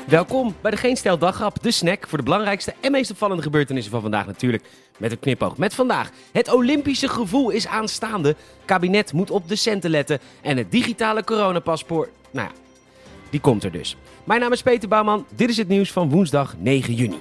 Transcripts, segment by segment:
Welkom bij de Geen Stijl Daggrap, de snack voor de belangrijkste en meest opvallende gebeurtenissen van vandaag natuurlijk. Met een knipoog. Met vandaag, het Olympische gevoel is aanstaande, kabinet moet op de centen letten en het digitale coronapaspoort, nou ja, die komt er dus. Mijn naam is Peter Bouwman, dit is het nieuws van woensdag 9 juni.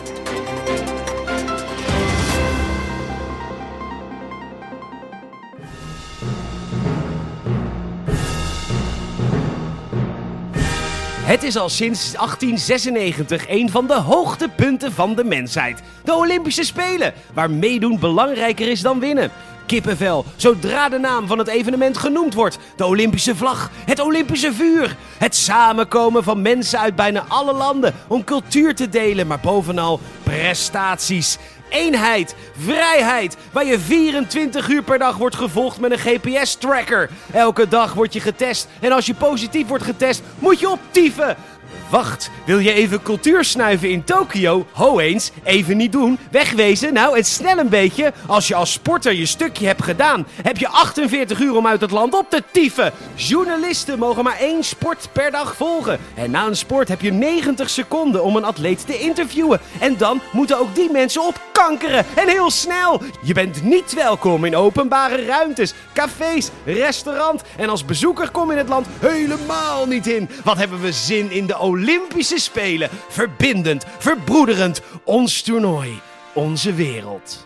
Het is al sinds 1896 een van de hoogtepunten van de mensheid. De Olympische Spelen, waar meedoen belangrijker is dan winnen. Kippenvel, zodra de naam van het evenement genoemd wordt. De Olympische vlag, het Olympische vuur. Het samenkomen van mensen uit bijna alle landen om cultuur te delen, maar bovenal prestaties. Eenheid, vrijheid, waar je 24 uur per dag wordt gevolgd met een GPS-tracker. Elke dag word je getest en als je positief wordt getest, moet je optieven. Wacht, wil je even cultuur snuiven in Tokio? Ho eens, even niet doen, wegwezen, nou en snel een beetje. Als je als sporter je stukje hebt gedaan, heb je 48 uur om uit het land op te tieven. Journalisten mogen maar 1 sport per dag volgen. En na een sport heb je 90 seconden om een atleet te interviewen. En dan moeten ook die mensen opkankeren. En heel snel. Je bent niet welkom in openbare ruimtes, cafés, restaurants. En als bezoeker kom je in het land helemaal niet in. Wat hebben we zin in de Olympische Spelen. Verbindend, verbroederend. Ons toernooi, onze wereld.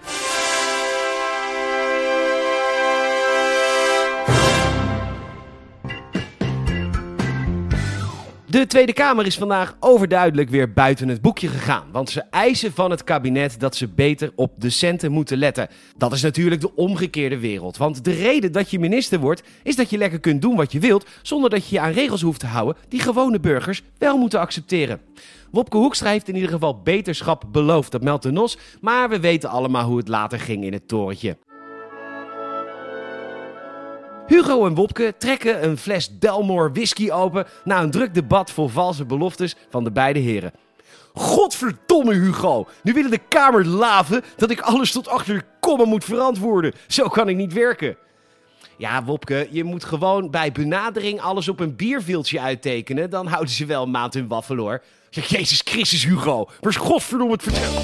De Tweede Kamer is vandaag overduidelijk weer buiten het boekje gegaan. Want ze eisen van het kabinet dat ze beter op de centen moeten letten. Dat is natuurlijk de omgekeerde wereld. Want de reden dat je minister wordt, is dat je lekker kunt doen wat je wilt, zonder dat je je aan regels hoeft te houden die gewone burgers wel moeten accepteren. Wopke Hoekstra heeft in ieder geval beterschap beloofd, dat meldt de NOS. Maar we weten allemaal hoe het later ging in het torentje. Hugo en Wopke trekken een fles Dalmore whisky open na een druk debat vol valse beloftes van de beide heren. Godverdomme Hugo, nu willen de Kamer laven dat ik alles tot achter de komma moet verantwoorden. Zo kan ik niet werken. Ja Wopke, je moet gewoon bij benadering alles op een bierviltje uittekenen. Dan houden ze wel een maand hun waffel hoor. Ja, Jezus Christus Hugo, waar is godverdomme het vertellen?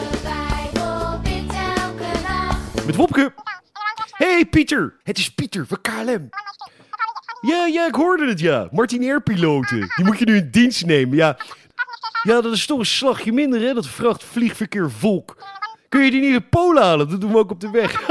Met Wopke. Hey Pieter, het is Pieter van KLM. Ja, ik hoorde het ja. Martin Air-piloten. Die moet je nu in dienst nemen, ja. Ja, dat is toch een slagje minder hè, dat vrachtvliegverkeer volk. Kun je die niet in Polen halen? Dat doen we ook op de weg.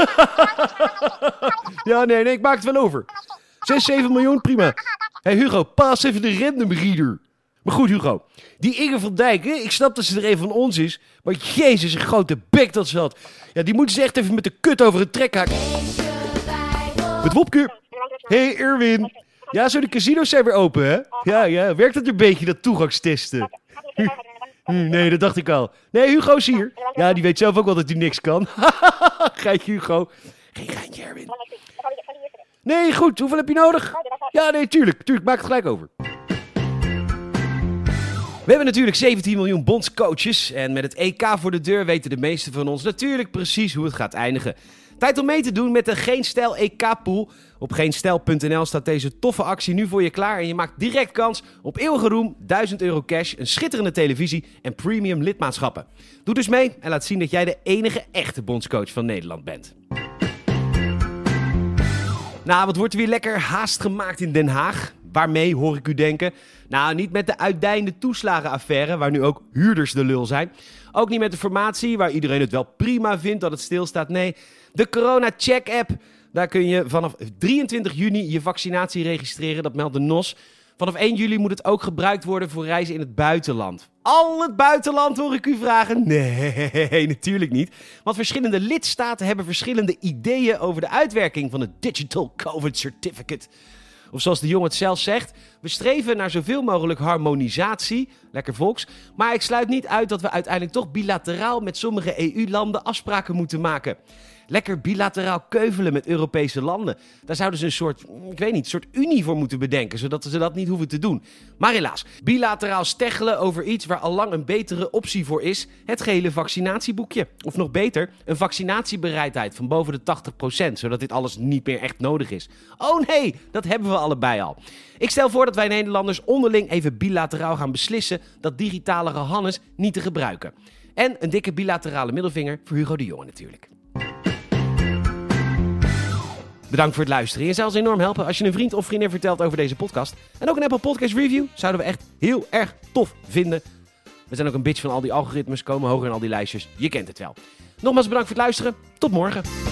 Ja, nee, ik maak het wel over. 6, 7 miljoen, prima. Hey Hugo, paas even de random reader. Maar goed Hugo, die Inge van Dijk, hè? Ik snap dat ze er een van ons is. Maar jezus, een grote bek dat ze had. Ja, die moeten ze echt even met de kut over het trekhaak. Met Wopke. Hey Erwin. Ja, zo de casino's zijn weer open, hè? Ja, werkt dat een beetje, dat toegangstesten? Nee, dat dacht ik al. Nee, Hugo is hier. Ja, die weet zelf ook wel dat hij niks kan. Geitje Hugo. Geen geintje Erwin. Nee, goed. Hoeveel heb je nodig? Ja, nee, tuurlijk. Maak het gelijk over. We hebben natuurlijk 17 miljoen bondscoaches en met het EK voor de deur weten de meesten van ons natuurlijk precies hoe het gaat eindigen. Tijd om mee te doen met de Geen Stijl EK-pool. Op geenstijl.nl staat deze toffe actie nu voor je klaar en je maakt direct kans op eeuwige roem, €1000 cash, een schitterende televisie en premium lidmaatschappen. Doe dus mee en laat zien dat jij de enige echte bondscoach van Nederland bent. Nou, wat wordt er weer lekker haast gemaakt in Den Haag? Waarmee, hoor ik u denken? Nou, niet met de uitdijende toeslagenaffaire, waar nu ook huurders de lul zijn. Ook niet met de formatie, waar iedereen het wel prima vindt dat het stilstaat. Nee, de Corona-check-app. Daar kun je vanaf 23 juni je vaccinatie registreren, dat meldt de NOS. Vanaf 1 juli moet het ook gebruikt worden voor reizen in het buitenland. Al het buitenland, hoor ik u vragen? Nee, natuurlijk niet. Want verschillende lidstaten hebben verschillende ideeën over de uitwerking van het Digital COVID Certificate. Of zoals de jongen het zelf zegt, we streven naar zoveel mogelijk harmonisatie, lekker volks, maar ik sluit niet uit dat we uiteindelijk toch bilateraal met sommige EU-landen afspraken moeten maken. Lekker bilateraal keuvelen met Europese landen. Daar zouden ze een soort unie voor moeten bedenken, zodat ze dat niet hoeven te doen. Maar helaas, bilateraal steggelen over iets waar allang een betere optie voor is, het gele vaccinatieboekje. Of nog beter, een vaccinatiebereidheid van boven de 80%, zodat dit alles niet meer echt nodig is. Oh nee, dat hebben we allebei al. Ik stel voor dat voordat wij Nederlanders onderling even bilateraal gaan beslissen dat digitale Hannes niet te gebruiken. En een dikke bilaterale middelvinger voor Hugo de Jonge natuurlijk. Bedankt voor het luisteren. Je zou ons enorm helpen als je een vriend of vriendin vertelt over deze podcast. En ook een Apple Podcast Review zouden we echt heel erg tof vinden. We zijn ook een bitch van al die algoritmes, komen hoger in al die lijstjes. Je kent het wel. Nogmaals bedankt voor het luisteren. Tot morgen.